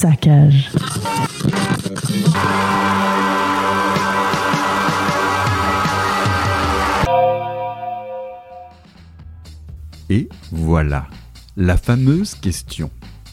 saccage. Et voilà, la fameuse question.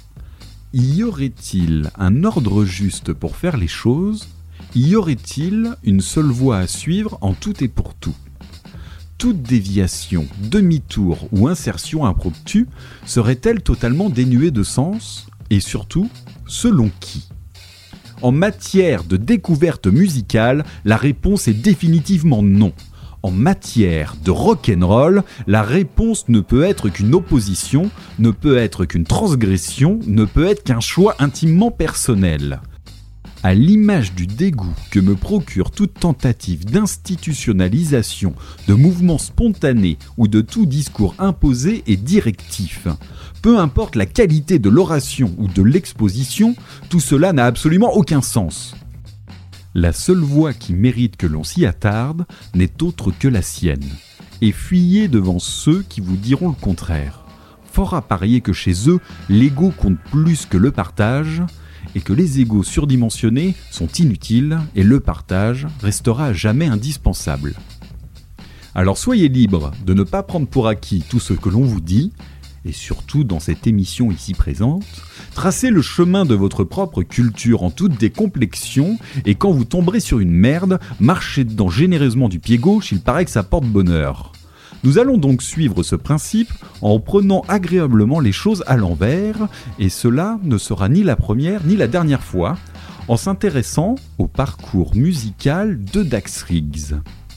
Y aurait-il un ordre juste pour faire les choses ? Y aurait-il une seule voie à suivre en tout et pour tout ? Toute déviation, demi-tour ou insertion impromptue serait-elle totalement dénuée de sens ? Et surtout, selon qui ? En matière de découverte musicale, la réponse est définitivement non. En matière de rock'n'roll, la réponse ne peut être qu'une opposition, ne peut être qu'une transgression, ne peut être qu'un choix intimement personnel. À l'image du dégoût que me procure toute tentative d'institutionnalisation, de mouvements spontanés ou de tout discours imposé et directif. Peu importe la qualité de l'oration ou de l'exposition, tout cela n'a absolument aucun sens. La seule voie qui mérite que l'on s'y attarde n'est autre que la sienne. Et fuyez devant ceux qui vous diront le contraire. Fort à parier que chez eux, l'ego compte plus que le partage, et que les égos surdimensionnés sont inutiles et le partage restera à jamais indispensable. Alors soyez libres de ne pas prendre pour acquis tout ce que l'on vous dit, et surtout dans cette émission ici présente, tracez le chemin de votre propre culture en toute décomplexion, et quand vous tomberez sur une merde, marchez dedans généreusement du pied gauche, il paraît que ça porte bonheur. Nous allons donc suivre ce principe en prenant agréablement les choses à l'envers, et cela ne sera ni la première ni la dernière fois, en s'intéressant au parcours musical de Dax Riggs.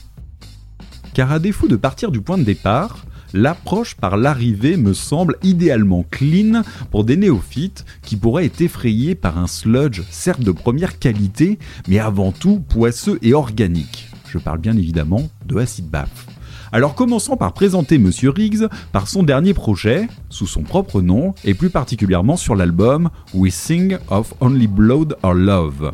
Car à défaut de partir du point de départ, l'approche par l'arrivée me semble idéalement clean pour des néophytes qui pourraient être effrayés par un sludge certes de première qualité, mais avant tout poisseux et organique. Je parle bien évidemment de Acid Bath. Alors commençons par présenter Monsieur Riggs par son dernier projet, sous son propre nom, et plus particulièrement sur l'album We Sing of Only Blood or Love.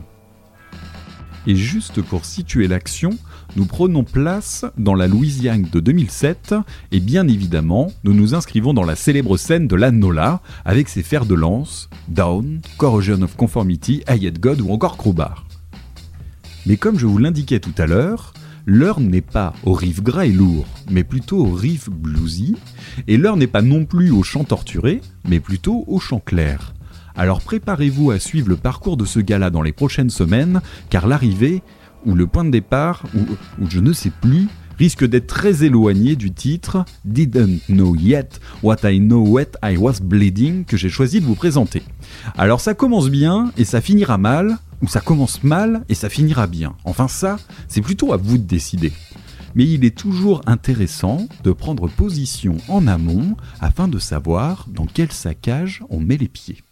Et juste pour situer l'action, nous prenons place dans la Louisiane de 2007, et bien évidemment, nous nous inscrivons dans la célèbre scène de la NOLA, avec ses fers de lance, Down, Corrosion of Conformity, I Hate God ou encore Crowbar. Mais comme je vous l'indiquais tout à l'heure, l'heure n'est pas au riff gras et lourd, mais plutôt au riff bluesy, et l'heure n'est pas non plus au chant torturé, mais plutôt au chant clair. Alors préparez-vous à suivre le parcours de ce gars-là dans les prochaines semaines, car l'arrivée, ou le point de départ, ou je ne sais plus, risque d'être très éloigné du titre « Didn't Know Yet What I Know What I Was Bleeding » que j'ai choisi de vous présenter. Alors ça commence bien et ça finira mal, ou ça commence mal et ça finira bien. Enfin ça, c'est plutôt à vous de décider. Mais il est toujours intéressant de prendre position en amont afin de savoir dans quel saccage on met les pieds.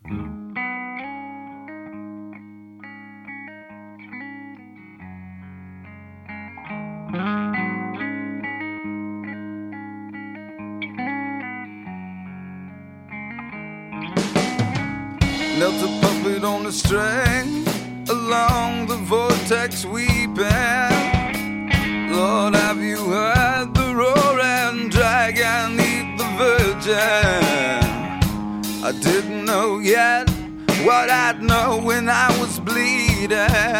Knelt a puppet on a string along the vortex weeping. Lord, have you heard the roaring dragon eat the virgin? I didn't know yet what I'd know when I was bleeding.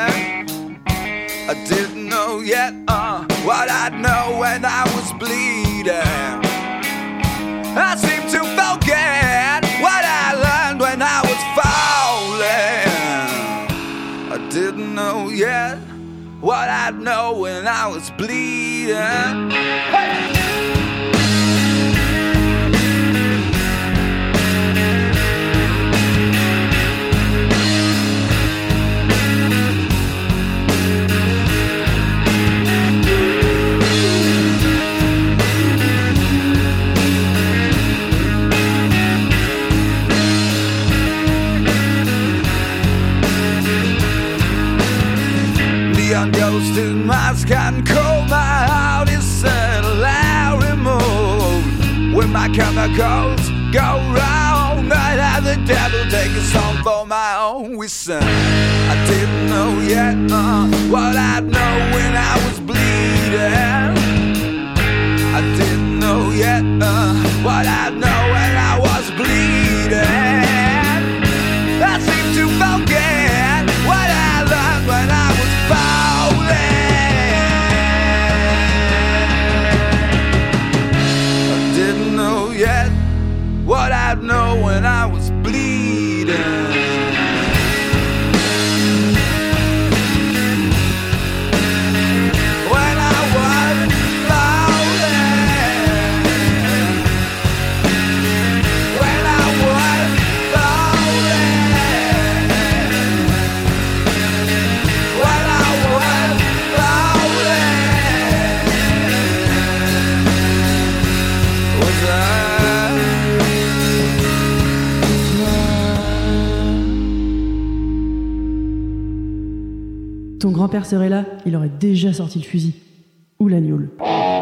I didn't know yet what I'd know when I was bleeding. I seem to forget what I learned when I was falling. I didn't know yet what I'd know when I was bleeding. Hey! Neon ghosted mask and cold, my heart is settled removed. When my chemicals go wrong, I'd have the devil take a song for my own whistle. I didn't know yet what I'd know when I was bleeding. I didn't know yet what I'd know when I was bleeding. I seem to Ton grand-père serait là, il aurait déjà sorti le fusil. Ou la gnôle.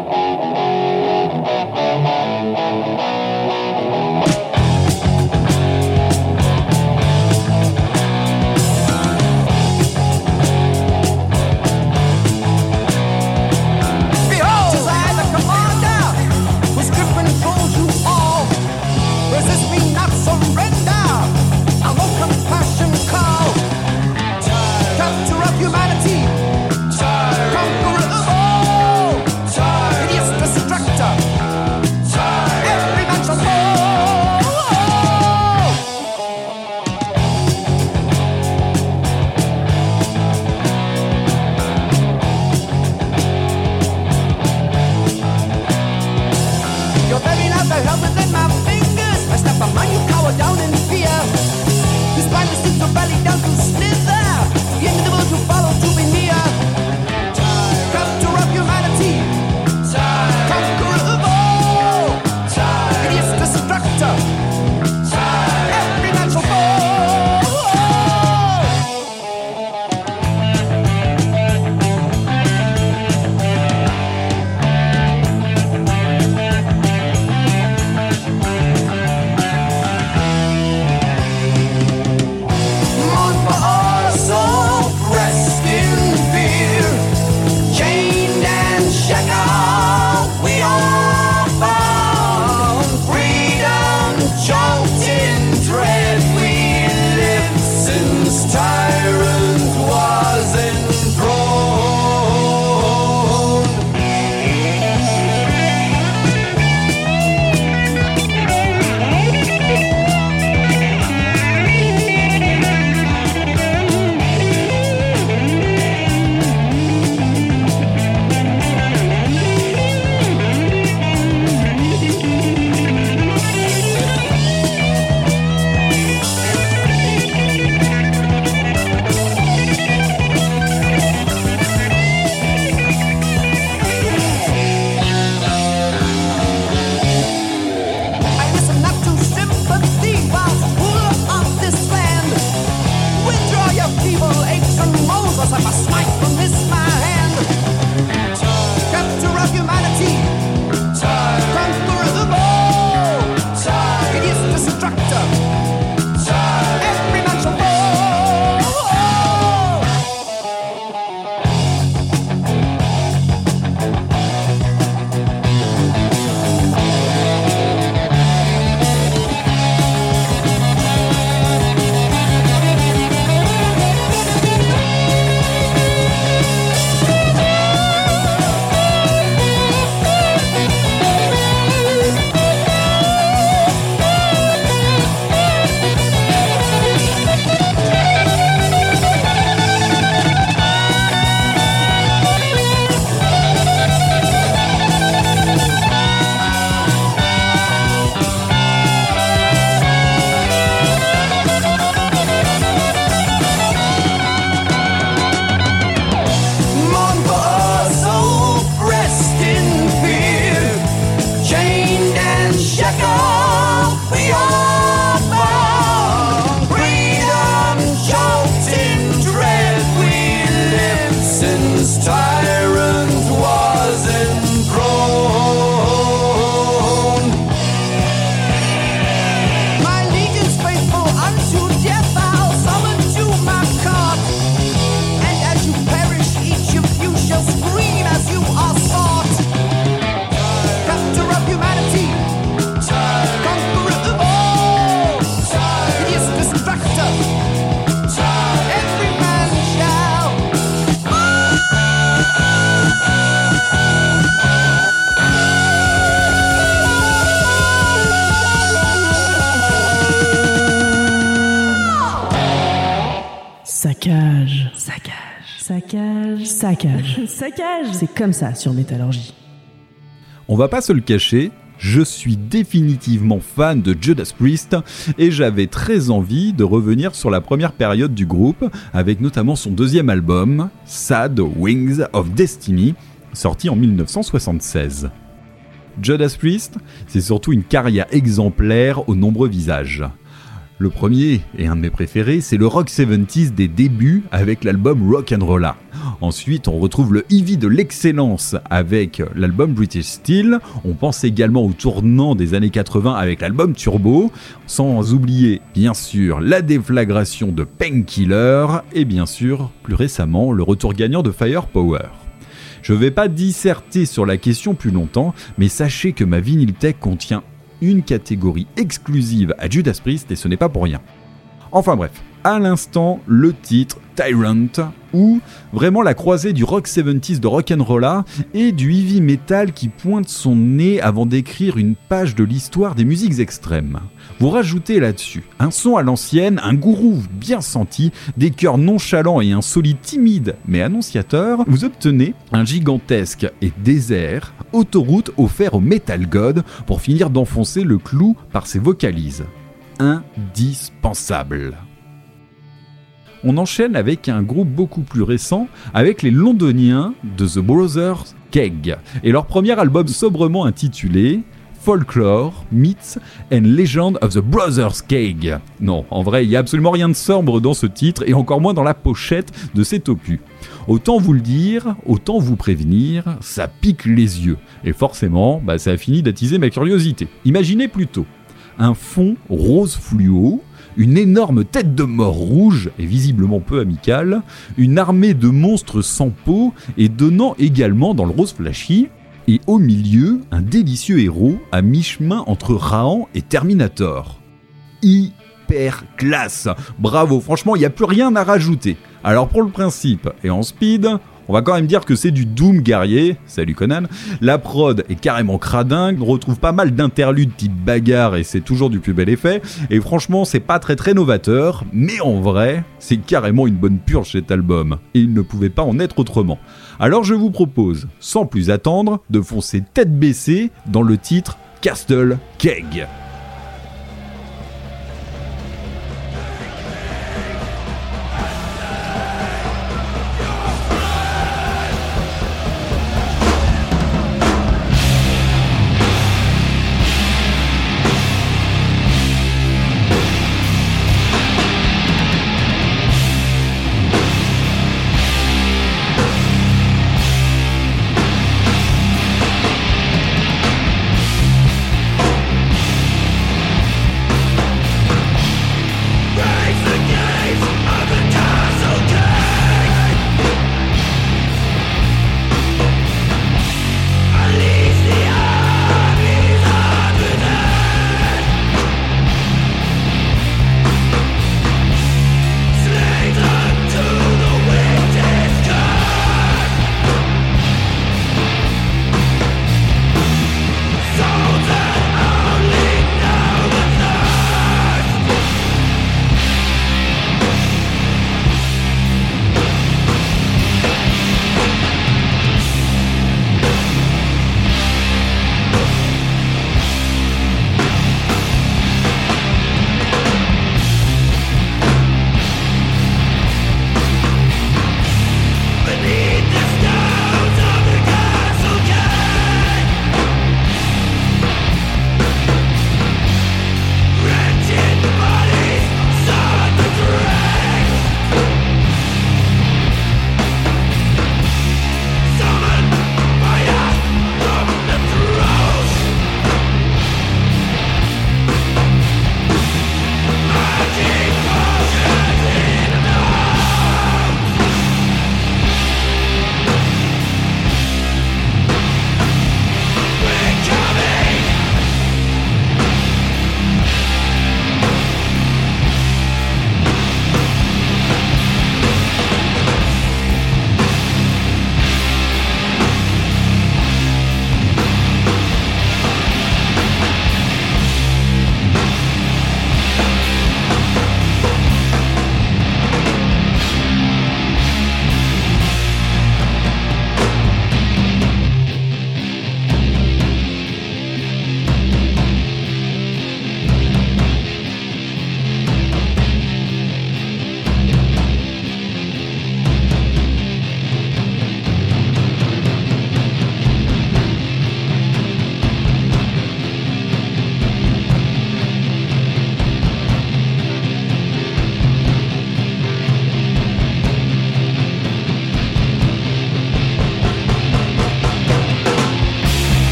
Saccage. C'est comme ça sur Métallurgie. On va pas se le cacher, je suis définitivement fan de Judas Priest et j'avais très envie de revenir sur la première période du groupe, avec notamment son deuxième album, Sad Wings of Destiny, sorti en 1976. Judas Priest, c'est surtout une carrière exemplaire aux nombreux visages. Le premier, et un de mes préférés, c'est le rock 70s des débuts avec l'album Rock'n'Rolla. Ensuite, on retrouve le heavy de l'excellence avec l'album British Steel. On pense également au tournant des années 80 avec l'album Turbo. Sans oublier, bien sûr, la déflagration de Painkiller. Et bien sûr, plus récemment, le retour gagnant de Firepower. Je ne vais pas disserter sur la question plus longtemps, mais sachez que ma Vinyl Tech contient une catégorie exclusive à Judas Priest et ce n'est pas pour rien. Enfin bref, à l'instant, le titre Tyrant, ou vraiment la croisée du rock 70s de Rock'n'Rolla et du heavy metal qui pointe son nez avant d'écrire une page de l'histoire des musiques extrêmes. Vous rajoutez là-dessus un son à l'ancienne, un groove bien senti, des chœurs nonchalants et un solide timide mais annonciateur, vous obtenez un gigantesque et désert autoroute offert au Metal God pour finir d'enfoncer le clou par ses vocalises. Indispensable. On enchaîne avec un groupe beaucoup plus récent, avec les Londoniens de The Brothers Keg, et leur premier album sobrement intitulé Folklore, Myths and Legend of the Brothers Keg. Non, en vrai, il n'y a absolument rien de sombre dans ce titre, et encore moins dans la pochette de cet opus. Autant vous le dire, autant vous prévenir, ça pique les yeux, et forcément, ça a fini d'attiser ma curiosité. Imaginez plutôt un fond rose fluo, une énorme tête de mort rouge et visiblement peu amicale, une armée de monstres sans peau et donnant également dans le rose flashy, et au milieu, un délicieux héros à mi-chemin entre Rahan et Terminator. Hyper classe. Bravo, franchement, il n'y a plus rien à rajouter. Alors pour le principe, et en speed, on va quand même dire que c'est du Doom guerrier, salut Conan. La prod est carrément cradingue, on retrouve pas mal d'interludes type bagarre et c'est toujours du plus bel effet. Et franchement, c'est pas très novateur, mais en vrai, c'est carrément une bonne purge cet album. Et il ne pouvait pas en être autrement. Alors je vous propose, sans plus attendre, de foncer tête baissée dans le titre Castle Keg.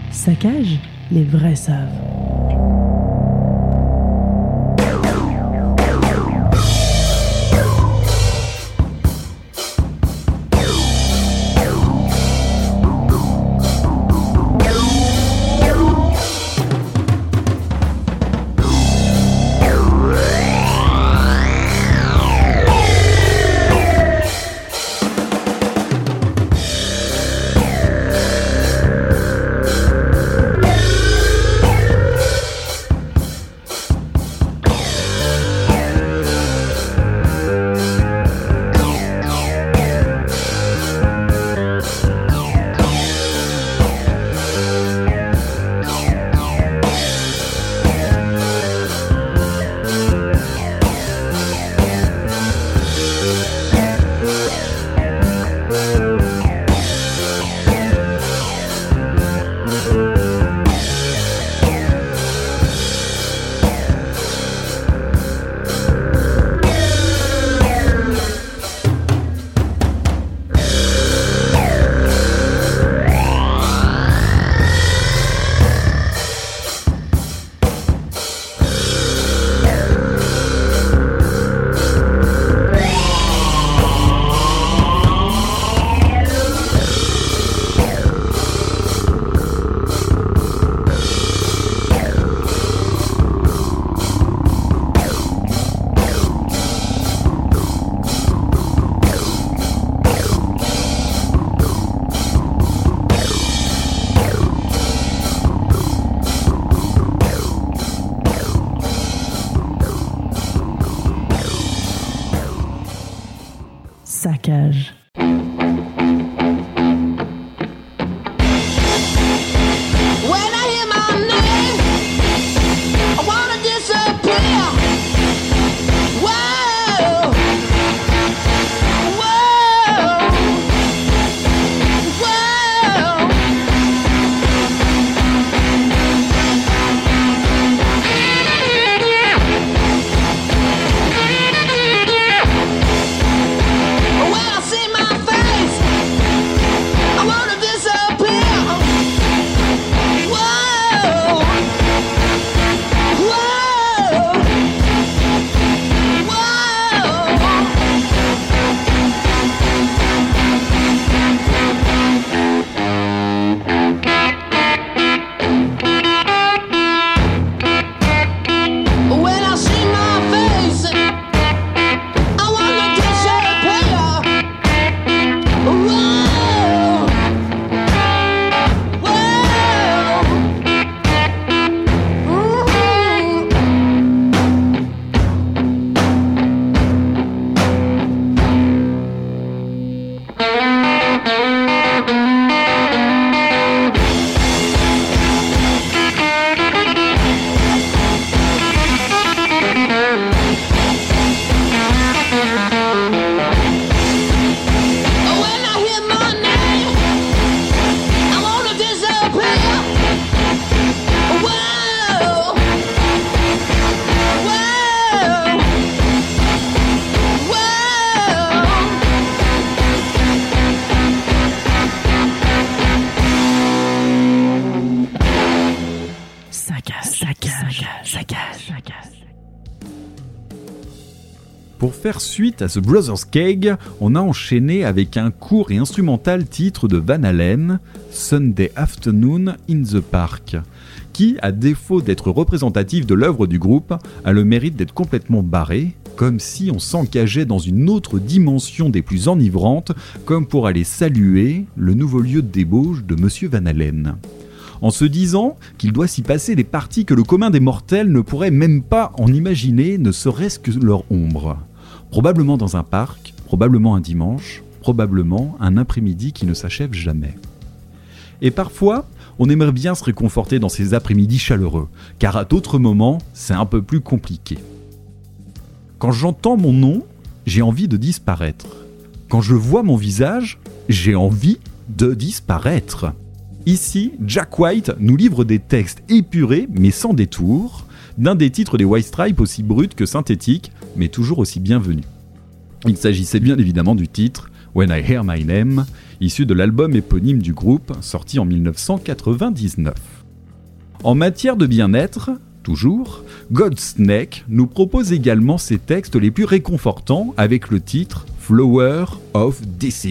Saccage, les vrais savent. Saccage. Pour faire suite à The Brothers Keg, on a enchaîné avec un court et instrumental titre de Van Halen, Sunday Afternoon in the Park, qui, à défaut d'être représentatif de l'œuvre du groupe, a le mérite d'être complètement barré, comme si on s'engageait dans une autre dimension des plus enivrantes, comme pour aller saluer le nouveau lieu de débauche de Monsieur Van Halen. En se disant qu'il doit s'y passer des parties que le commun des mortels ne pourrait même pas en imaginer, ne serait-ce que leur ombre. Probablement dans un parc, probablement un dimanche, probablement un après-midi qui ne s'achève jamais. Et parfois, on aimerait bien se réconforter dans ces après-midi chaleureux, car à d'autres moments, c'est un peu plus compliqué. Quand j'entends mon nom, j'ai envie de disparaître. Quand je vois mon visage, j'ai envie de disparaître. Ici, Jack White nous livre des textes épurés mais sans détour, d'un des titres des White Stripes aussi brut que synthétique, mais toujours aussi bienvenu. Il s'agissait bien évidemment du titre When I Hear My Name, issu de l'album éponyme du groupe, sorti en 1999. En matière de bien-être, toujours, Godsnake nous propose également ses textes les plus réconfortants avec le titre « Flower of Disease ».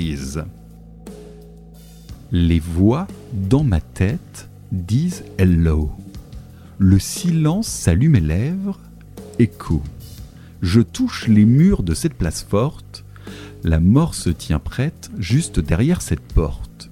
Les voix dans ma tête disent « hello ». Le silence salue mes lèvres, écho. Je touche les murs de cette place forte, la mort se tient prête juste derrière cette porte.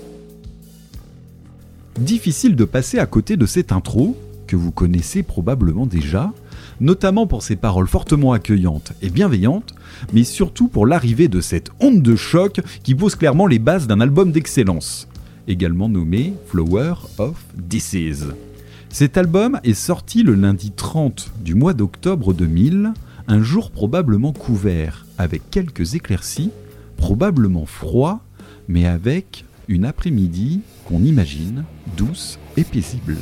Difficile de passer à côté de cette intro, que vous connaissez probablement déjà, notamment pour ses paroles fortement accueillantes et bienveillantes, mais surtout pour l'arrivée de cette onde de choc qui pose clairement les bases d'un album d'excellence, également nommé Flower of Disease. Cet album est sorti le lundi 30 du mois d'octobre 2000, un jour probablement couvert, avec quelques éclaircies, probablement froid, mais avec une après-midi qu'on imagine douce et paisible.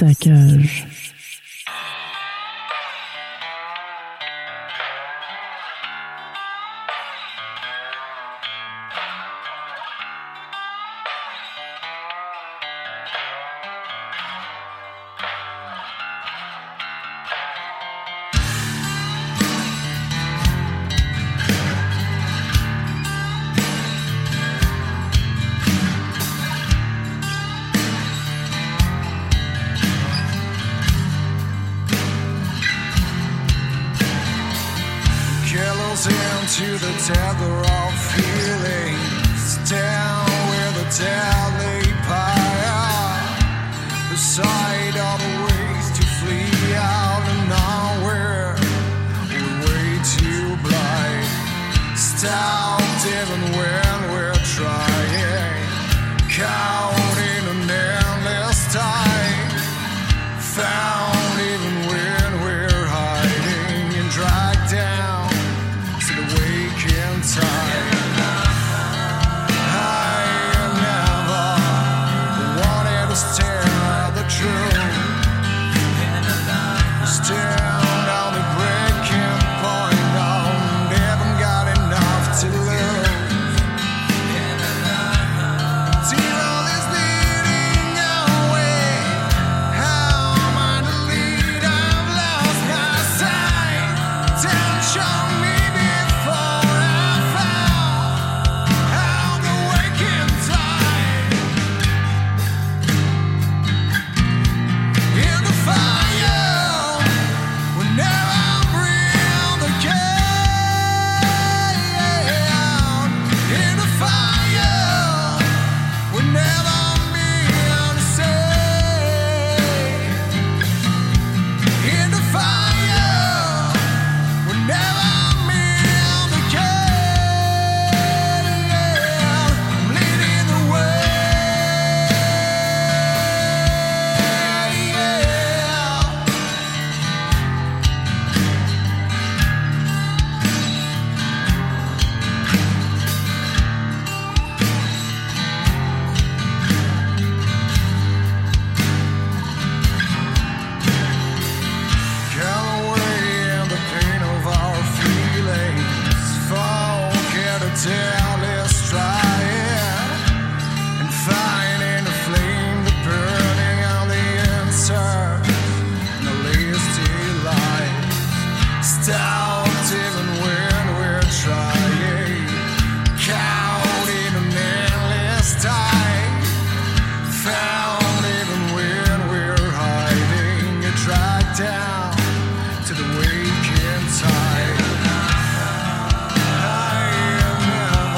Saccage. Into the tether of feelings, down where the deadly pyre, beside all the ways to flee out of nowhere. We're way too blind, stopped even when we're trying, caught in an endless tide, found even when we're hiding and dragged down time. I never wanted to stare the truth. Stand on the breaking point. I never got enough to lose. Till is leading away. How am I to lead? I've lost my sight. Don't show me before. Down to the waking tide. I am never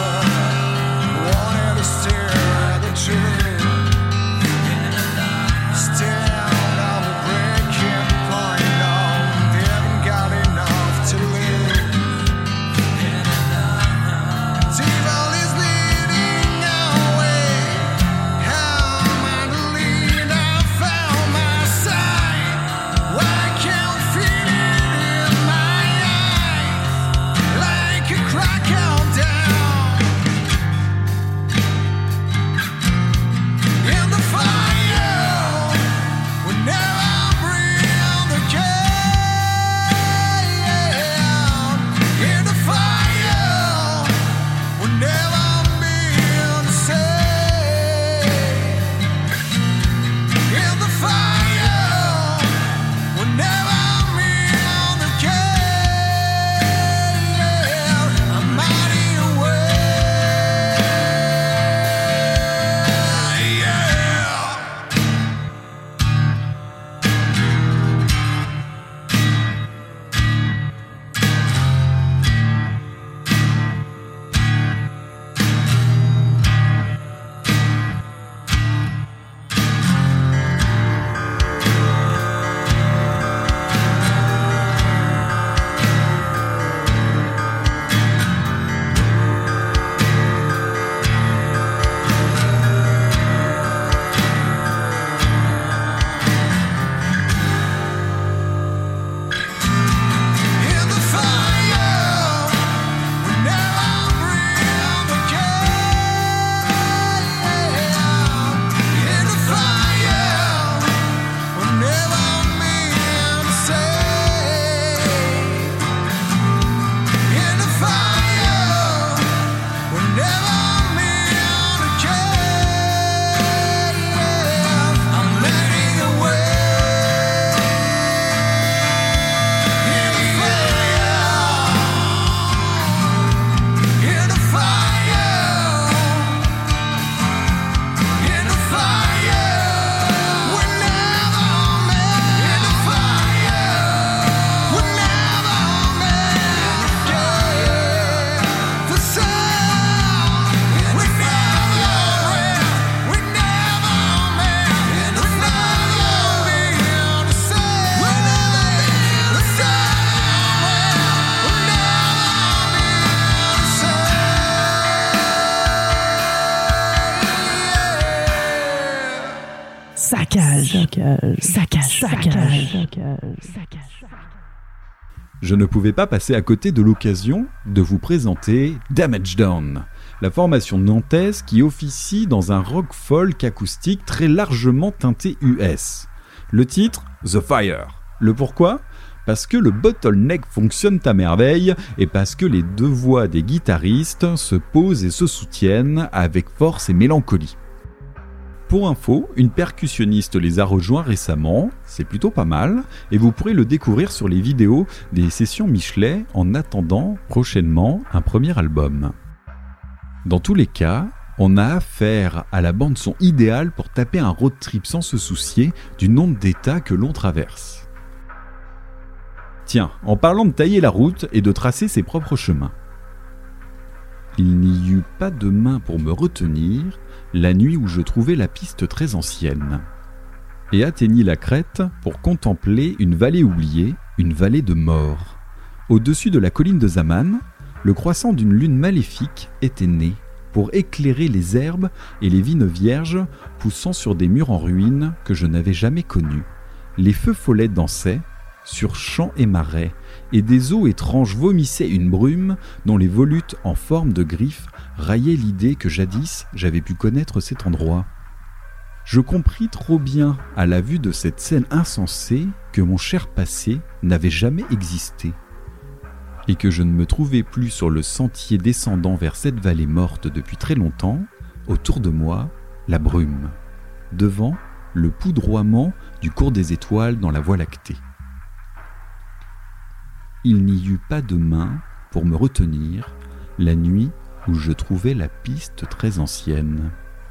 Saccage. Je ne pouvais pas passer à côté de l'occasion de vous présenter Damage Done, la formation nantaise qui officie dans un rock folk acoustique très largement teinté US. Le titre, The Fire. Le pourquoi ? Parce que le bottleneck fonctionne à merveille et parce que les deux voix des guitaristes se posent et se soutiennent avec force et mélancolie. Pour info, une percussionniste les a rejoints récemment, c'est plutôt pas mal, et vous pourrez le découvrir sur les vidéos des sessions Michelet en attendant prochainement un premier album. Dans tous les cas, on a affaire à la bande-son idéale pour taper un road trip sans se soucier du nombre d'états que l'on traverse. Tiens, en parlant de tailler la route et de tracer ses propres chemins. Il n'y eut pas de main pour me retenir la nuit où je trouvais la piste très ancienne, et atteignis la crête pour contempler une vallée oubliée, une vallée de mort. Au-dessus de la colline de Zaman, le croissant d'une lune maléfique était né pour éclairer les herbes et les vignes vierges poussant sur des murs en ruine que je n'avais jamais connus. Les feux follets dansaient sur champs et marais, et des eaux étranges vomissaient une brume dont les volutes en forme de griffes raillaient l'idée que jadis j'avais pu connaître cet endroit. Je compris trop bien à la vue de cette scène insensée que mon cher passé n'avait jamais existé, et que je ne me trouvais plus sur le sentier descendant vers cette vallée morte depuis très longtemps, autour de moi, la brume, devant, le poudroiement du cours des étoiles dans la Voie lactée. Il n'y eut pas de main pour me retenir la nuit où je trouvais la piste très ancienne.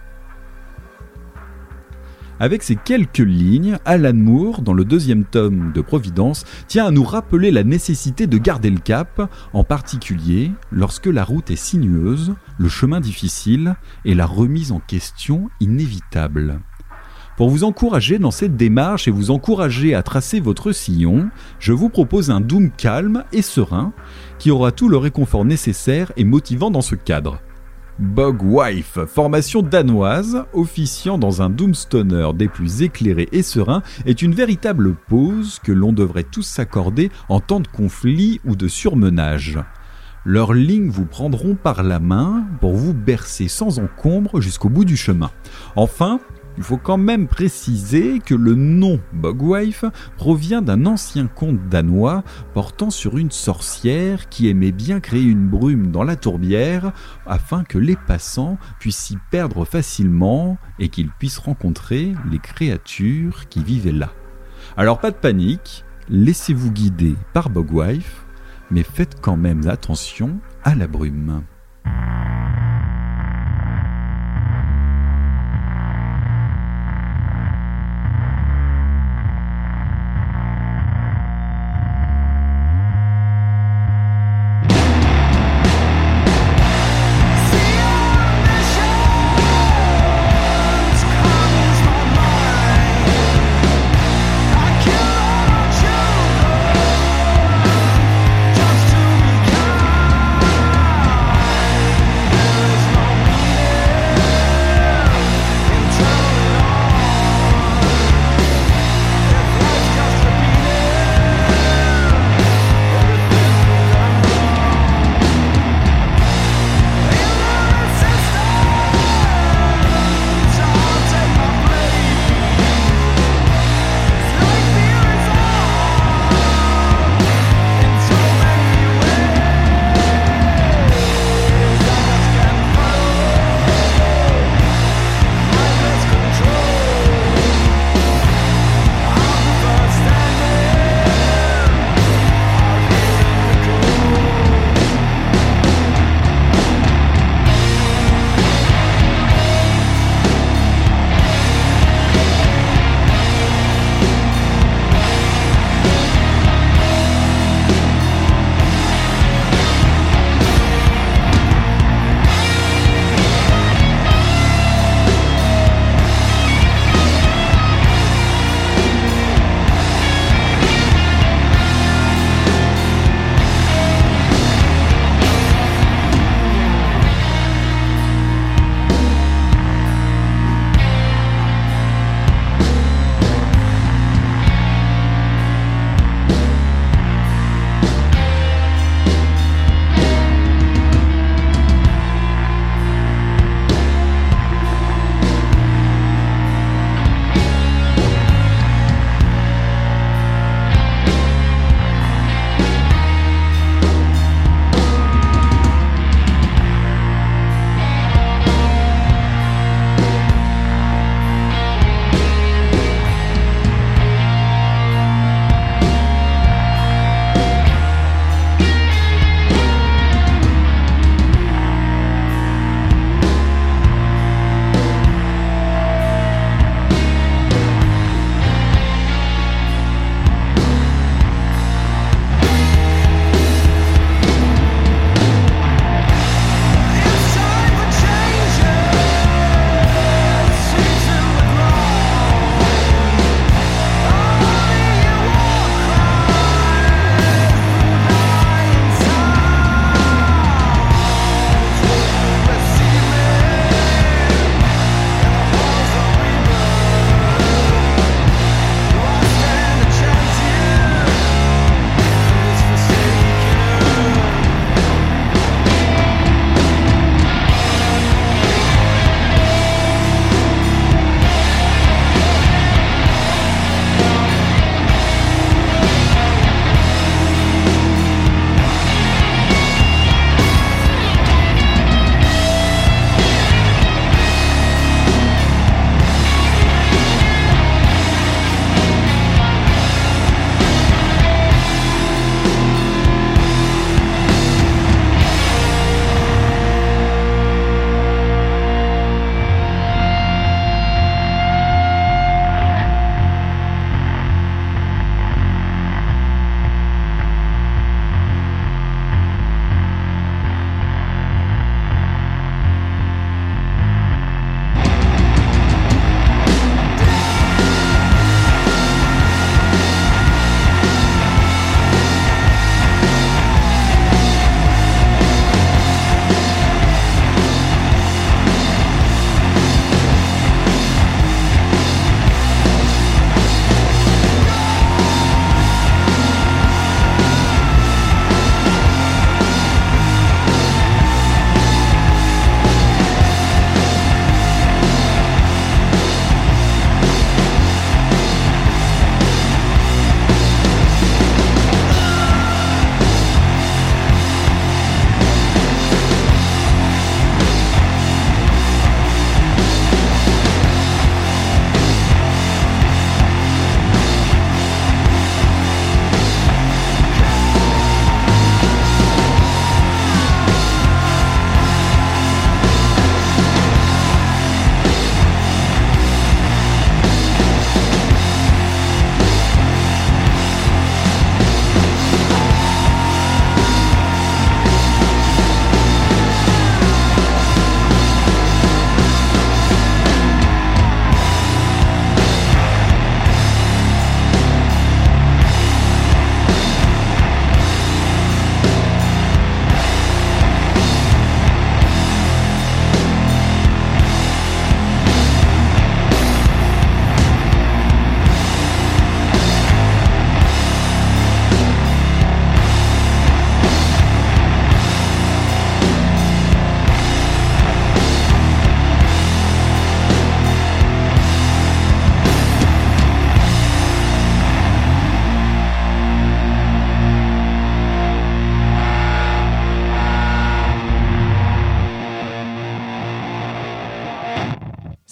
Avec ces quelques lignes, Alan Moore, dans le 2e tome de Providence, tient à nous rappeler la nécessité de garder le cap, en particulier lorsque la route est sinueuse, le chemin difficile et la remise en question inévitable. Pour vous encourager dans cette démarche et vous encourager à tracer votre sillon, je vous propose un doom calme et serein qui aura tout le réconfort nécessaire et motivant dans ce cadre. Bogwife, formation danoise, officiant dans un doom stoner des plus éclairés et sereins, est une véritable pause que l'on devrait tous s'accorder en temps de conflit ou de surmenage. Leurs lignes vous prendront par la main pour vous bercer sans encombre jusqu'au bout du chemin. Enfin, il faut quand même préciser que le nom Bogwife provient d'un ancien conte danois portant sur une sorcière qui aimait bien créer une brume dans la tourbière afin que les passants puissent s'y perdre facilement et qu'ils puissent rencontrer les créatures qui vivaient là. Alors pas de panique, laissez-vous guider par Bogwife, mais faites quand même attention à la brume.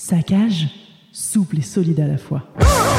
Saccage, souple et solide à la fois.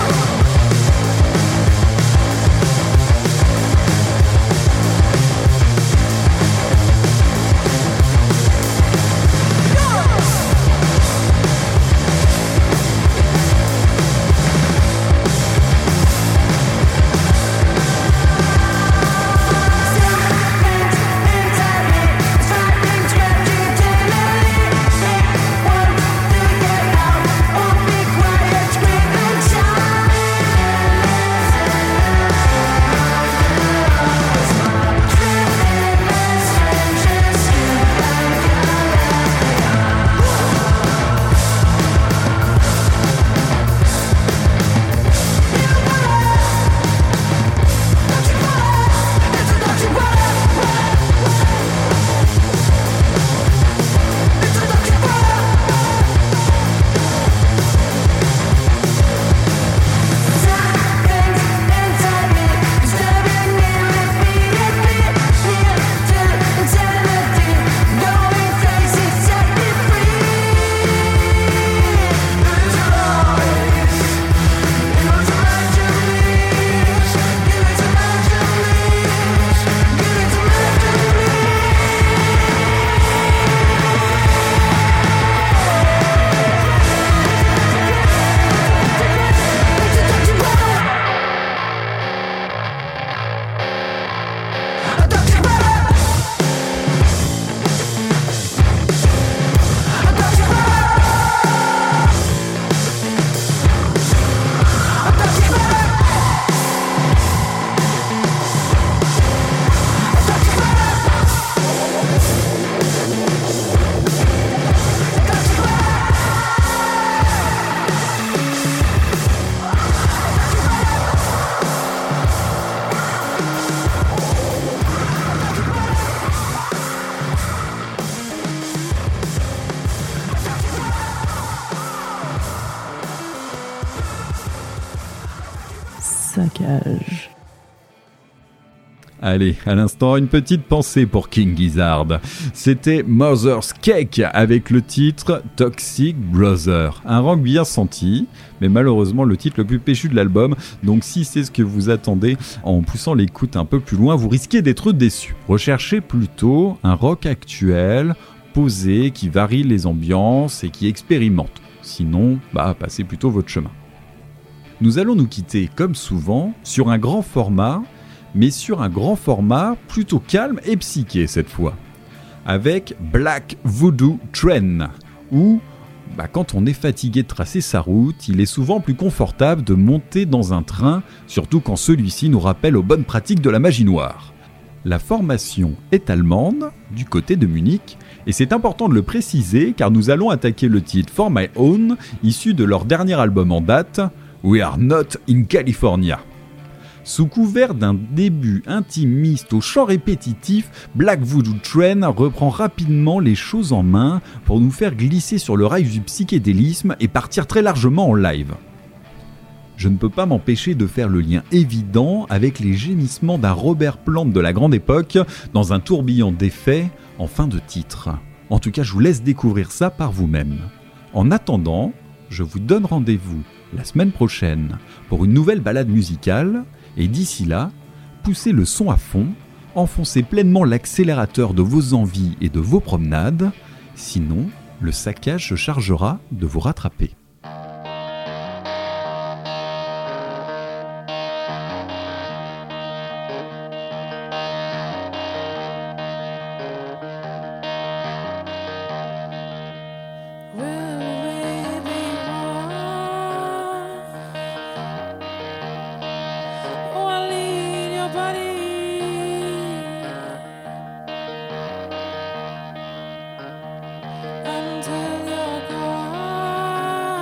Saccage. Allez, à l'instant, une petite pensée pour King Gizzard. C'était Mother's Cake avec le titre Toxic Brother. Un rock bien senti, mais malheureusement le titre le plus péchu de l'album. Donc si c'est ce que vous attendez en poussant l'écoute un peu plus loin, vous risquez d'être déçu. Recherchez plutôt un rock actuel, posé, qui varie les ambiances et qui expérimente. Sinon, passez plutôt votre chemin. Nous allons nous quitter, comme souvent, sur un grand format, mais sur un grand format plutôt calme et psyché cette fois, avec Black Voodoo Train, où, quand on est fatigué de tracer sa route, il est souvent plus confortable de monter dans un train, surtout quand celui-ci nous rappelle aux bonnes pratiques de la magie noire. La formation est allemande, du côté de Munich, et c'est important de le préciser car nous allons attaquer le titre For My Own, issu de leur dernier album en date, We Are Not in California. Sous couvert d'un début intimiste au chant répétitif, Black Voodoo Train reprend rapidement les choses en main pour nous faire glisser sur le rail du psychédélisme et partir très largement en live. Je ne peux pas m'empêcher de faire le lien évident avec les gémissements d'un Robert Plant de la grande époque dans un tourbillon d'effets en fin de titre. En tout cas, je vous laisse découvrir ça par vous-même. En attendant, je vous donne rendez-vous la semaine prochaine pour une nouvelle balade musicale. Et d'ici là, poussez le son à fond, enfoncez pleinement l'accélérateur de vos envies et de vos promenades, sinon le saccage se chargera de vous rattraper. Until you're gone.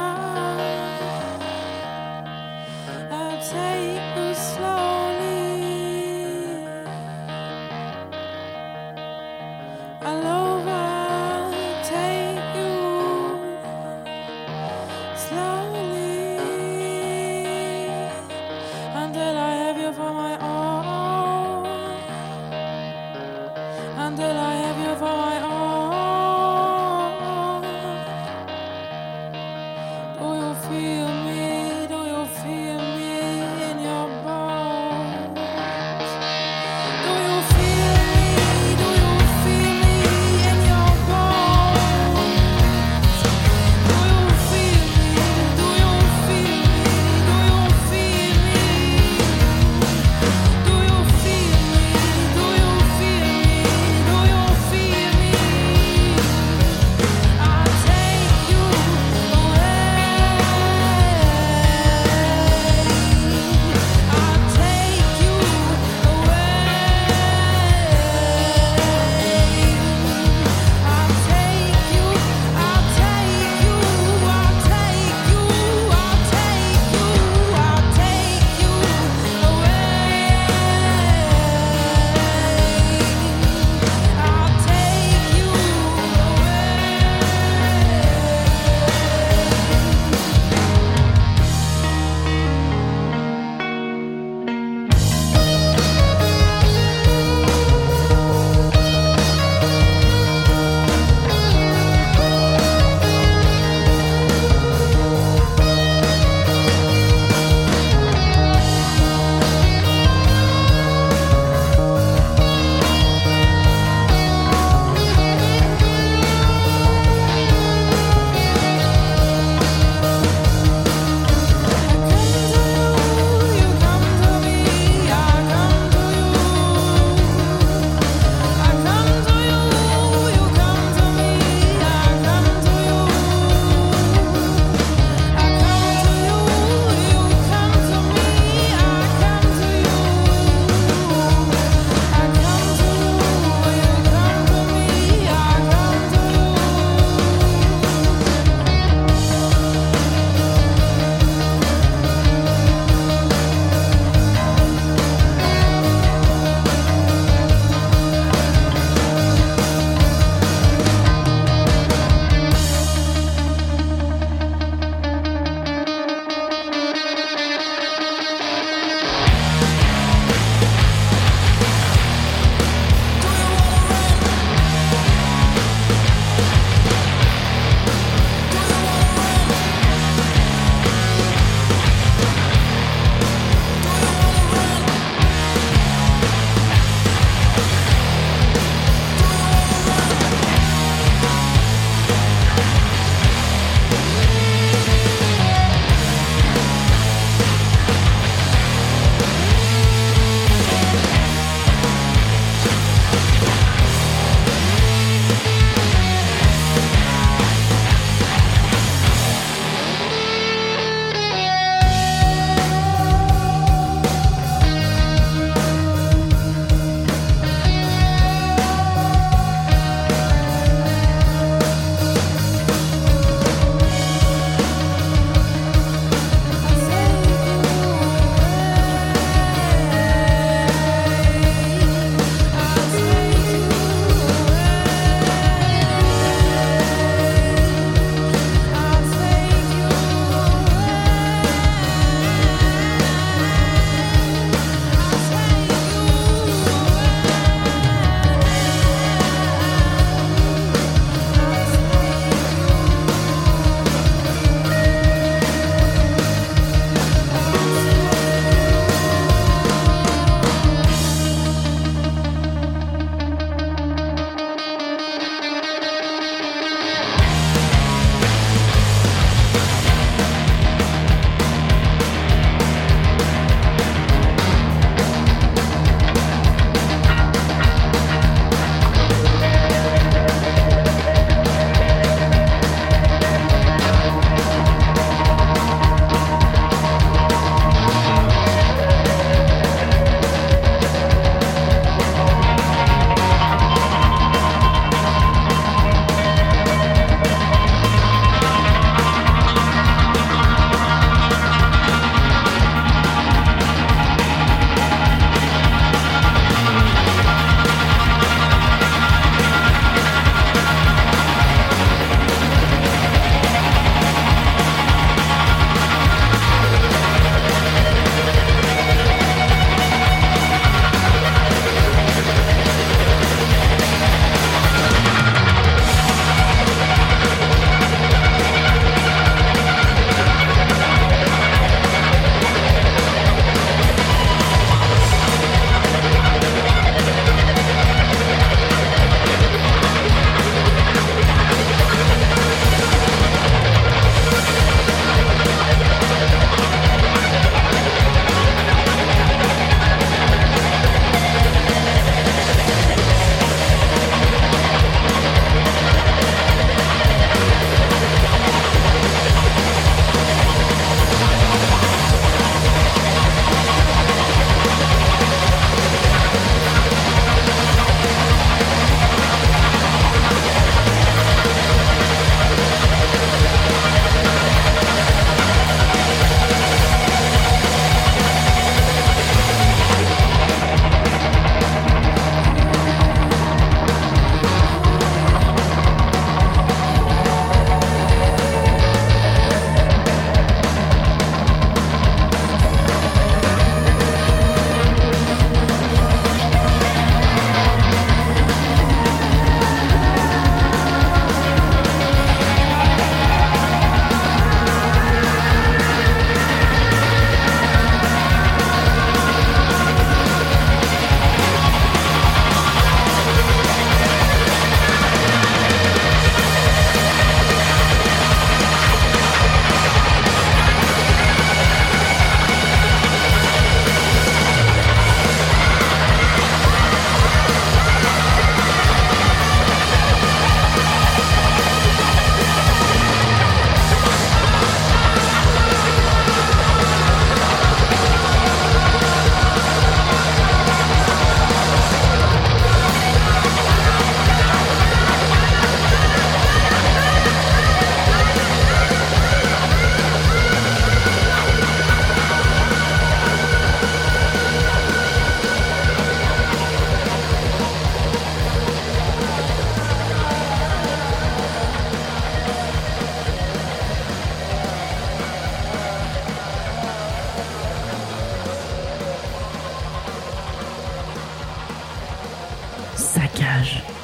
saccage.